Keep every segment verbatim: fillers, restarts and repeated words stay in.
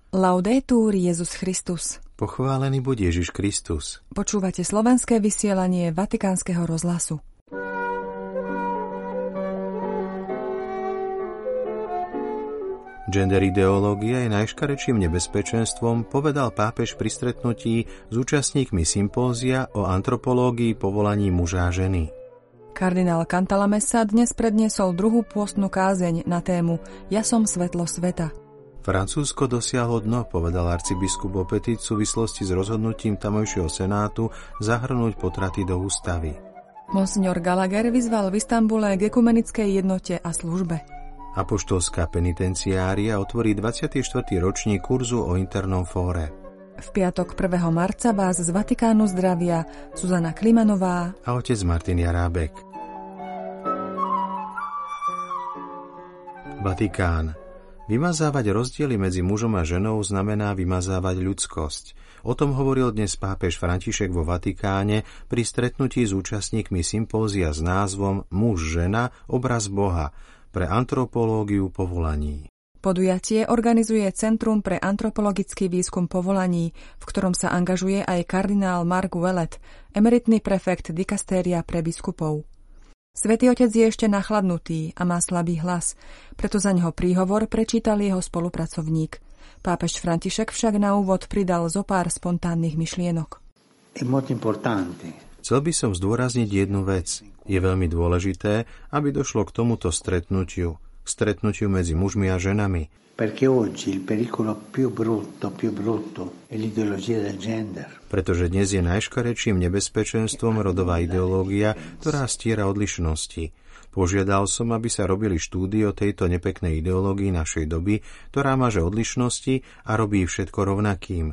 Laudetur Jesus Christus. Pochválený buď Ježiš Kristus. Počúvate slovenské vysielanie Vatikánskeho rozhlasu. Gender ideológia je najškarečším nebezpečenstvom, povedal pápež pri stretnutí s účastníkmi sympózia o antropológii povolaní muža a ženy. Kardinál Cantalamessa dnes predniesol druhú pôstnu kázeň na tému Ja som svetlo sveta. Francúzsko dosiahlo dno, povedal arcibiskup Opetit v súvislosti s rozhodnutím tamojšieho senátu zahrnúť potraty do ústavy. Monsignor Gallagher vyzval v Istanbule k ekumenickej jednote a službe. Apoštolská penitenciária otvorí dvadsiaty štvrtý ročník kurzu o internom fóre. V piatok prvého marca vás z Vatikánu zdravia Zuzana Klimanová a otec Martin Jarábek. Vatikán. Vymazávať rozdiely medzi mužom a ženou znamená vymazávať ľudskosť. O tom hovoril dnes pápež František vo Vatikáne pri stretnutí s účastníkmi sympózia s názvom Muž-žena, obraz Boha pre antropológiu povolaní. Podujatie organizuje Centrum pre antropologický výskum povolaní, v ktorom sa angažuje aj kardinál Mark Ouellet, emeritný prefekt dikastéria pre biskupov. Svätý Otec je ešte nachladnutý a má slabý hlas, preto za neho príhovor prečítal jeho spolupracovník. Pápež František však na úvod pridal zo pár spontánnych myšlienok. Chcel by som zdôrazniť jednu vec. Je veľmi dôležité, aby došlo k tomuto stretnutiu, k stretnutiu medzi mužmi a ženami. Pretože dnes je najškarečším nebezpečenstvom rodová ideológia, ktorá stiera odlišnosti. Požiadal som, aby sa robili štúdie o tejto nepeknej ideológii našej doby, ktorá maže odlišnosti a robí všetko rovnakým.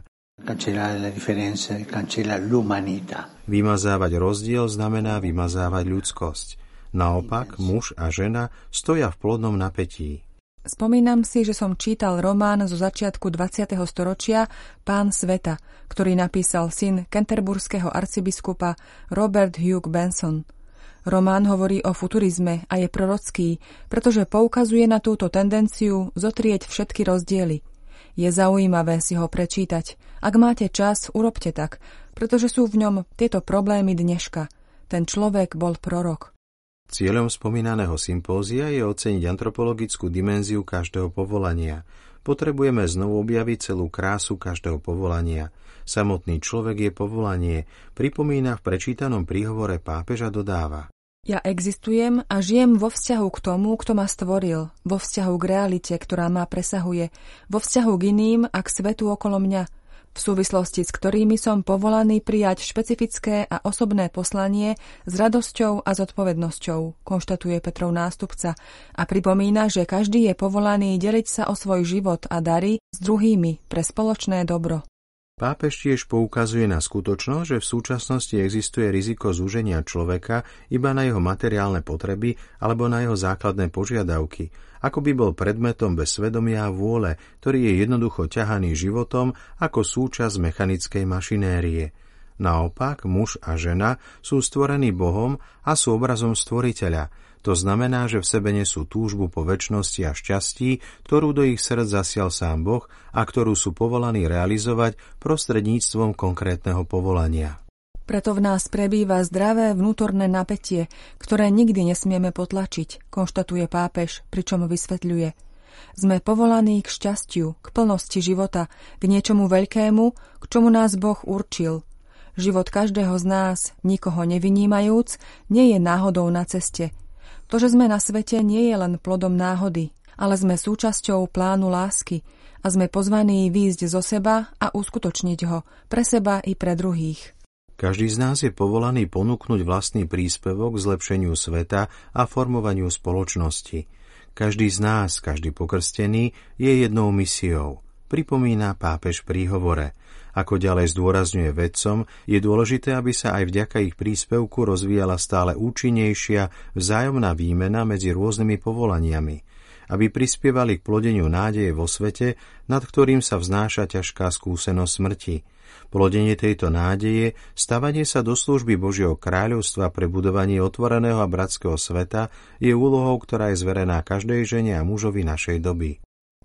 Vymazávať rozdiel znamená vymazávať ľudskosť. Naopak, muž a žena stoja v plodnom napätí. Spomínam si, že som čítal román zo začiatku dvadsiateho storočia Pán sveta, ktorý napísal syn canterburského arcibiskupa Robert Hugh Benson. Román hovorí o futurizme a je prorocký, pretože poukazuje na túto tendenciu zotrieť všetky rozdiely. Je zaujímavé si ho prečítať. Ak máte čas, urobte tak, pretože sú v ňom tieto problémy dneška. Ten človek bol prorok. Cieľom spomínaného sympózia je oceniť antropologickú dimenziu každého povolania. Potrebujeme znovu objaviť celú krásu každého povolania. Samotný človek je povolanie, pripomína v prečítanom príhovore pápež a dodáva. Ja existujem a žijem vo vzťahu k tomu, kto ma stvoril, vo vzťahu k realite, ktorá ma presahuje, vo vzťahu k iným a k svetu okolo mňa, v súvislosti s ktorými som povolaný prijať špecifické a osobné poslanie s radosťou a zodpovednosťou, konštatuje Petrov nástupca a pripomína, že každý je povolaný deliť sa o svoj život a dary s druhými pre spoločné dobro. Pápež tiež poukazuje na skutočnosť, že v súčasnosti existuje riziko zúženia človeka iba na jeho materiálne potreby alebo na jeho základné požiadavky, ako by bol predmetom bez svedomia a vôle, ktorý je jednoducho ťahaný životom ako súčasť mechanickej mašinérie. Naopak, muž a žena sú stvorení Bohom a sú obrazom stvoriteľa. To znamená, že v sebe nesú túžbu po večnosti a šťastí, ktorú do ich srdc zasial sám Boh a ktorú sú povolaní realizovať prostredníctvom konkrétneho povolania. Preto v nás prebýva zdravé vnútorné napätie, ktoré nikdy nesmieme potlačiť, konštatuje pápež, pričom vysvetľuje. Sme povolaní k šťastiu, k plnosti života, k niečomu veľkému, k čomu nás Boh určil. Život každého z nás, nikoho nevinímajúc, nie je náhodou na ceste. To, že sme na svete, nie je len plodom náhody, ale sme súčasťou plánu lásky a sme pozvaní výjsť zo seba a uskutočniť ho pre seba i pre druhých. Každý z nás je povolaný ponúknuť vlastný príspevok k zlepšeniu sveta a formovaniu spoločnosti. Každý z nás, každý pokrstený, je jednou misiou, pripomína pápež v príhovore. Ako ďalej zdôrazňuje vedcom, je dôležité, aby sa aj vďaka ich príspevku rozvíjala stále účinnejšia vzájomná výmena medzi rôznymi povolaniami, aby prispievali k plodeniu nádeje vo svete, nad ktorým sa vznáša ťažká skúsenosť smrti. Plodenie tejto nádeje, stavanie sa do služby Božieho kráľovstva pre budovanie otvoreného a bratského sveta je úlohou, ktorá je zverená každej žene a mužovi našej doby.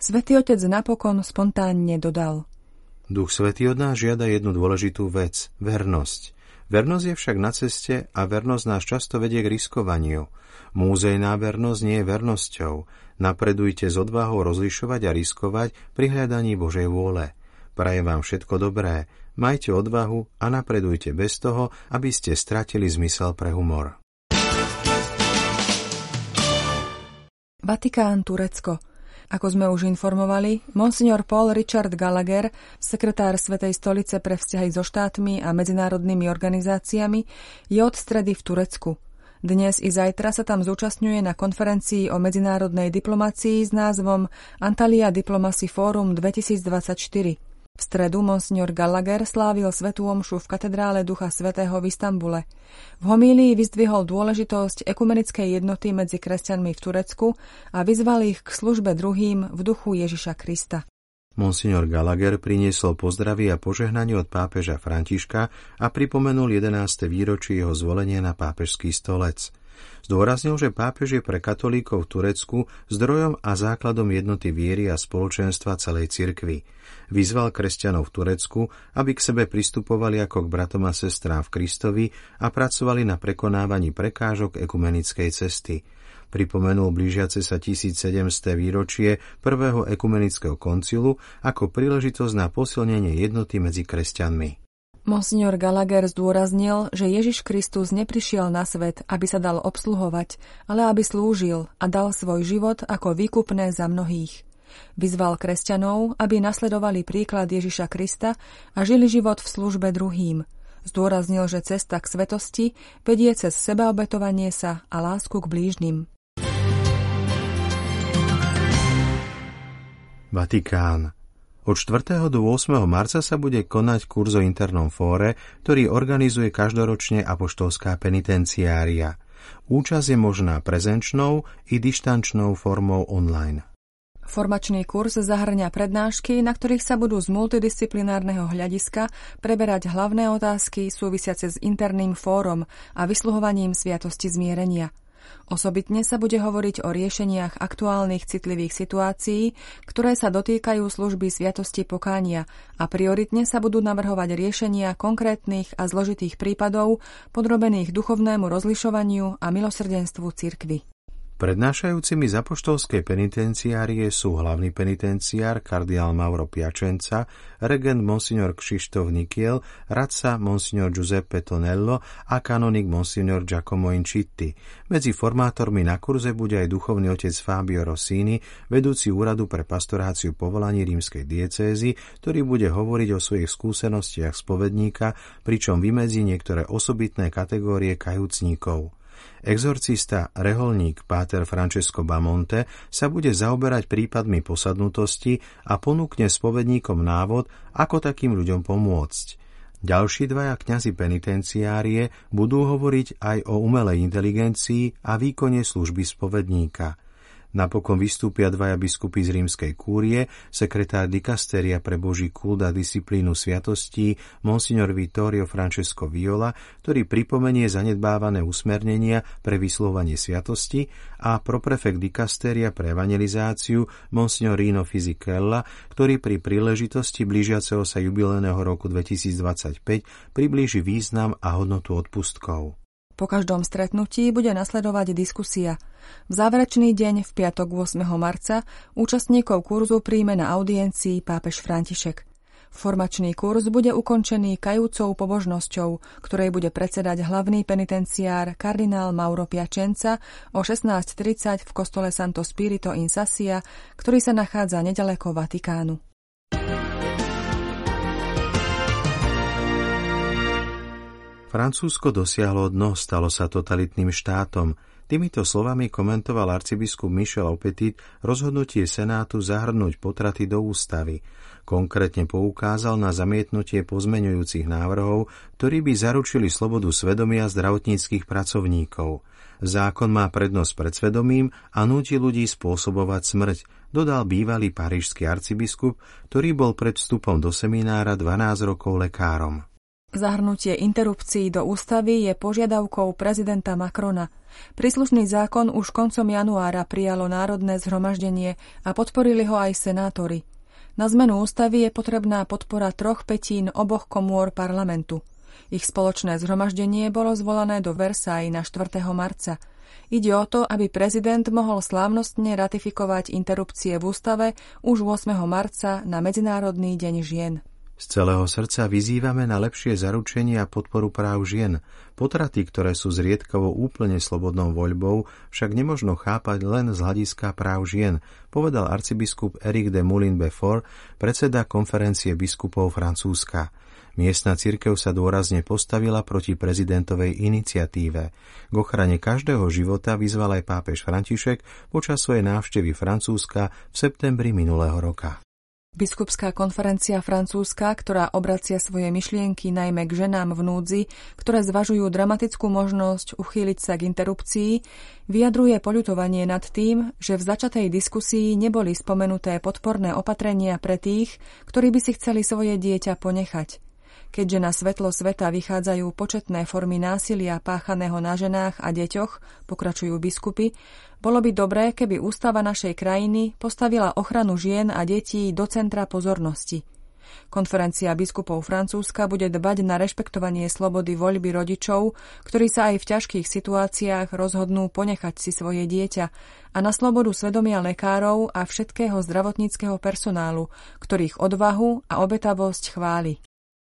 Svätý Otec napokon spontánne dodal: Duch Svätý od nás žiada jednu dôležitú vec, vernosť. Vernosť je však na ceste a vernosť nás často vedie k riskovaniu. Múzejná vernosť nie je vernosťou. Napredujte s odvahou rozlišovať a riskovať pri hľadaní Božej vôle. Prajem vám všetko dobré, majte odvahu a napredujte bez toho, aby ste stratili zmysel pre humor. Vatikán, Turecko. Ako sme už informovali, monsignor Paul Richard Gallagher, sekretár Svätej stolice pre vzťahy so štátmi a medzinárodnými organizáciami, je od stredy v Turecku. Dnes i zajtra sa tam zúčastňuje na konferencii o medzinárodnej diplomácii s názvom Antalya Diplomacy Forum dvetisícdvadsaťštyri. V stredu monsignor Gallagher slávil svätú omšu v katedrále Ducha Svätého v Istanbule. V homílii vyzdvihol dôležitosť ekumenickej jednoty medzi kresťanmi v Turecku a vyzval ich k službe druhým v duchu Ježiša Krista. Monsignor Gallagher priniesol pozdravy a požehnanie od pápeža Františka a pripomenul jedenáste výročie jeho zvolenia na pápežský stolec. Zdôraznil, že pápež je pre katolíkov v Turecku zdrojom a základom jednoty viery a spoločenstva celej cirkvi. Vyzval kresťanov v Turecku, aby k sebe pristupovali ako k bratom a sestrám v Kristovi a pracovali na prekonávaní prekážok ekumenickej cesty. Pripomenul blížiace sa tisícsedemsté výročie prvého ekumenického koncilu ako príležitosť na posilnenie jednoty medzi kresťanmi. Monsignor Gallagher zdôraznil, že Ježiš Kristus neprišiel na svet, aby sa dal obsluhovať, ale aby slúžil a dal svoj život ako výkupné za mnohých. Vyzval kresťanov, aby nasledovali príklad Ježiša Krista a žili život v službe druhým. Zdôraznil, že cesta k svetosti vedie cez sebaobetovanie sa a lásku k blížnym. Vatikán. Od štvrtého do ôsmeho marca sa bude konať kurz o internom fóre, ktorý organizuje každoročne apoštolská penitenciária. Účasť je možná prezenčnou i dištančnou formou online. Formačný kurz zahŕňa prednášky, na ktorých sa budú z multidisciplinárneho hľadiska preberať hlavné otázky súvisiace s interným fórom a vysluhovaním sviatosti zmierenia. Osobitne sa bude hovoriť o riešeniach aktuálnych citlivých situácií, ktoré sa dotýkajú služby sviatosti pokánia a prioritne sa budú navrhovať riešenia konkrétnych a zložitých prípadov podrobených duchovnému rozlišovaniu a milosrdenstvu cirkvi. Prednášajúcimi z apoštolskej penitenciárie sú hlavný penitenciár kardinál Mauro Piacenza, regent monsignor Krzysztof Nikiel, radca monsignor Giuseppe Tonello a kanonik monsignor Giacomo Incitti. Medzi formátormi na kurze bude aj duchovný otec Fabio Rossini, vedúci úradu pre pastoráciu povolaní rímskej diecézy, ktorý bude hovoriť o svojich skúsenostiach spovedníka, pričom vymedzí niektoré osobitné kategórie kajúcníkov. Exorcista, reholník páter Francesco Bamonte sa bude zaoberať prípadmi posadnutosti a ponúkne spovedníkom návod, ako takým ľuďom pomôcť. Ďalší dvaja kňazi penitenciárie budú hovoriť aj o umelej inteligencii a výkone služby spovedníka. Napokon vystúpia dvaja biskupy z rímskej kúrie, sekretár dikasteria pre Boží kult a disciplínu sviatostí monsignor Vittorio Francesco Viola, ktorý pripomenie zanedbávané usmernenia pre vyslovanie sviatosti, a proprefekt dikasteria pre evangelizáciu monsignor Rino Fisichella, ktorý pri príležitosti blížiaceho sa jubilejného roku dvetisícdvadsaťpäť priblíži význam a hodnotu odpustkov. Po každom stretnutí bude nasledovať diskusia. V záverečný deň v piatok ôsmeho marca účastníkov kurzu príjme na audiencii pápež František. Formačný kurz bude ukončený kajúcou pobožnosťou, ktorej bude predsedať hlavný penitenciár kardinál Mauro Piacenza o šestnásť tridsať v kostole Santo Spirito in Sassia, ktorý sa nachádza neďaleko Vatikánu. Francúzsko dosiahlo dno, stalo sa totalitným štátom. Týmito slovami komentoval arcibiskup Michel Aupetit rozhodnutie Senátu zahrnúť potraty do ústavy. Konkrétne poukázal na zamietnutie pozmeňujúcich návrhov, ktorí by zaručili slobodu svedomia zdravotníckych pracovníkov. Zákon má prednosť pred svedomím a núti ľudí spôsobovať smrť, dodal bývalý parížsky arcibiskup, ktorý bol pred vstupom do seminára dvanásť rokov lekárom. Zahrnutie interrupcií do ústavy je požiadavkou prezidenta Macrona. Príslušný zákon už koncom januára prijalo Národné zhromaždenie a podporili ho aj senátori. Na zmenu ústavy je potrebná podpora troch pätín oboch komôr parlamentu. Ich spoločné zhromaždenie bolo zvolané do Versailles na štvrtého marca. Ide o to, aby prezident mohol slávnostne ratifikovať interrupcie v ústave už ôsmeho marca na Medzinárodný deň žien. Z celého srdca vyzývame na lepšie zaručenie a podporu práv žien. Potraty, ktoré sú zriedkavo úplne slobodnou voľbou, však nemožno chápať len z hľadiska práv žien, povedal arcibiskup Éric de Moulin-Beaufort, predseda konferencie biskupov Francúzska. Miestna cirkev sa dôrazne postavila proti prezidentovej iniciatíve. K ochrane každého života vyzval aj pápež František počas svojej návštevy Francúzska v septembri minulého roka. Biskupská konferencia francúzska, ktorá obracia svoje myšlienky najmä k ženám v núdzi, ktoré zvažujú dramatickú možnosť uchýliť sa k interrupcii, vyjadruje poľutovanie nad tým, že v začatej diskusii neboli spomenuté podporné opatrenia pre tých, ktorí by si chceli svoje dieťa ponechať. Keďže na svetlo sveta vychádzajú početné formy násilia páchaného na ženách a deťoch, pokračujú biskupy, bolo by dobré, keby ústava našej krajiny postavila ochranu žien a detí do centra pozornosti. Konferencia biskupov Francúzska bude dbať na rešpektovanie slobody voľby rodičov, ktorí sa aj v ťažkých situáciách rozhodnú ponechať si svoje dieťa, a na slobodu svedomia lekárov a všetkého zdravotníckeho personálu, ktorých odvahu a obetavosť chváli.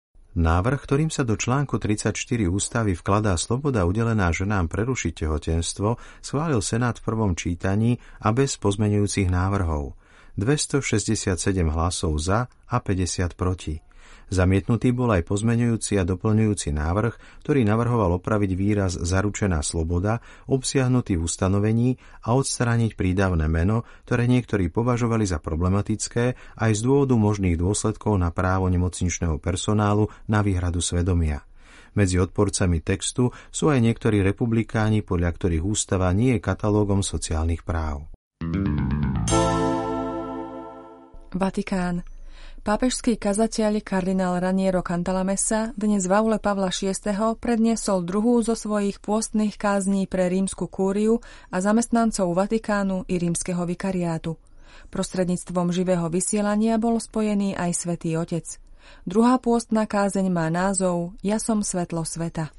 Návrh, ktorým sa do článku tridsaťštyri ústavy vkladá sloboda udelená ženám prerušiť tehotenstvo, schválil Senát v prvom čítaní a bez pozmeňujúcich návrhov. dvestošesťdesiatsedem hlasov za a päťdesiat proti. Zamietnutý bol aj pozmeňujúci a doplňujúci návrh, ktorý navrhoval opraviť výraz zaručená sloboda, obsiahnutý v ustanovení, a odstrániť prídavné meno, ktoré niektorí považovali za problematické aj z dôvodu možných dôsledkov na právo nemocničného personálu na výhradu svedomia. Medzi odporcami textu sú aj niektorí republikáni, podľa ktorých ústava nie je katalógom sociálnych práv. Vatikán. Pápežský kazateľ kardinál Raniero Cantalamessa dnes v aule Pavla šiesteho predniesol druhú zo svojich pôstnych kázní pre rímsku kúriu a zamestnancov Vatikánu i rímskeho vikariátu. Prostredníctvom živého vysielania bol spojený aj Svätý Otec. Druhá pôstna kázeň má názov Ja som svetlo sveta.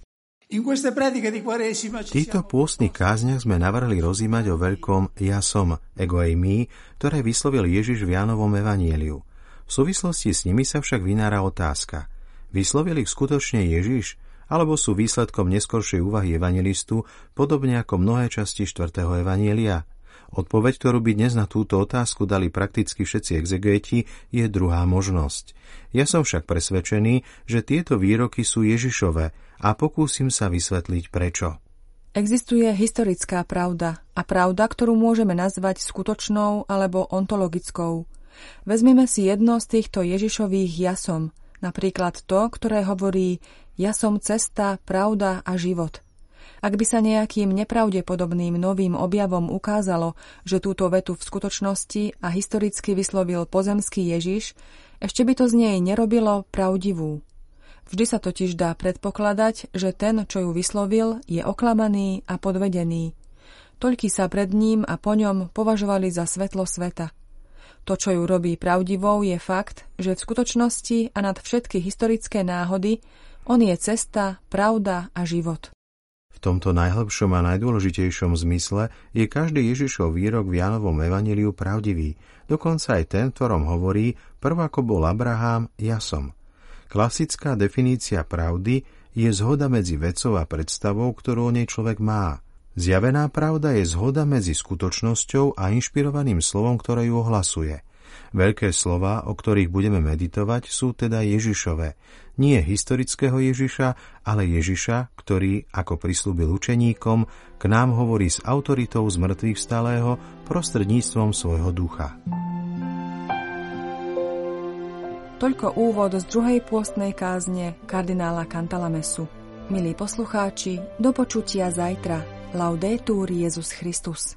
V týchto pôstnych kázniach sme navrhli rozímať o veľkom Ja som, ego eimi, ktoré vyslovil Ježiš v Jánovom evanjeliu. V súvislosti s nimi sa však vynára otázka. Vyslovil ich skutočne Ježiš, alebo sú výsledkom neskoršej úvahy evanjelistu, podobne ako mnohé časti štvrtého evanjelia? Odpoveď, ktorú by dnes na túto otázku dali prakticky všetci exegéti, je druhá možnosť. Ja som však presvedčený, že tieto výroky sú Ježišove a pokúsim sa vysvetliť prečo. Existuje historická pravda a pravda, ktorú môžeme nazvať skutočnou alebo ontologickou. Vezmime si jedno z týchto Ježišových ja som, napríklad to, ktoré hovorí ja som cesta, pravda a život. Ak by sa nejakým nepravdepodobným novým objavom ukázalo, že túto vetu v skutočnosti a historicky vyslovil pozemský Ježiš, ešte by to z nej nerobilo pravdivú. Vždy sa totiž dá predpokladať, že ten, čo ju vyslovil, je oklamaný a podvedený. Toľkí sa pred ním a po ňom považovali za svetlo sveta. To, čo ju robí pravdivou, je fakt, že v skutočnosti a nad všetky historické náhody on je cesta, pravda a život. V tomto najhlbšom a najdôležitejšom zmysle je každý Ježišov výrok v Jánovom evanjeliu pravdivý, dokonca aj ten, ktorom hovorí, prv ako bol Abrahám, ja som. Klasická definícia pravdy je zhoda medzi vecou a predstavou, ktorú o nej človek má. Zjavená pravda je zhoda medzi skutočnosťou a inšpirovaným slovom, ktoré ju ohlasuje. Veľké slová, o ktorých budeme meditovať, sú teda Ježišove. Nie historického Ježiša, ale Ježiša, ktorý, ako prislúbil učeníkom, k nám hovorí s autoritou z mŕtvych vstalého prostredníctvom svojho ducha. Toľko úvod z druhej pôstnej kázne kardinála Cantalamessu. Milí poslucháči, do počutia zajtra. Laudetur Jesus Christus.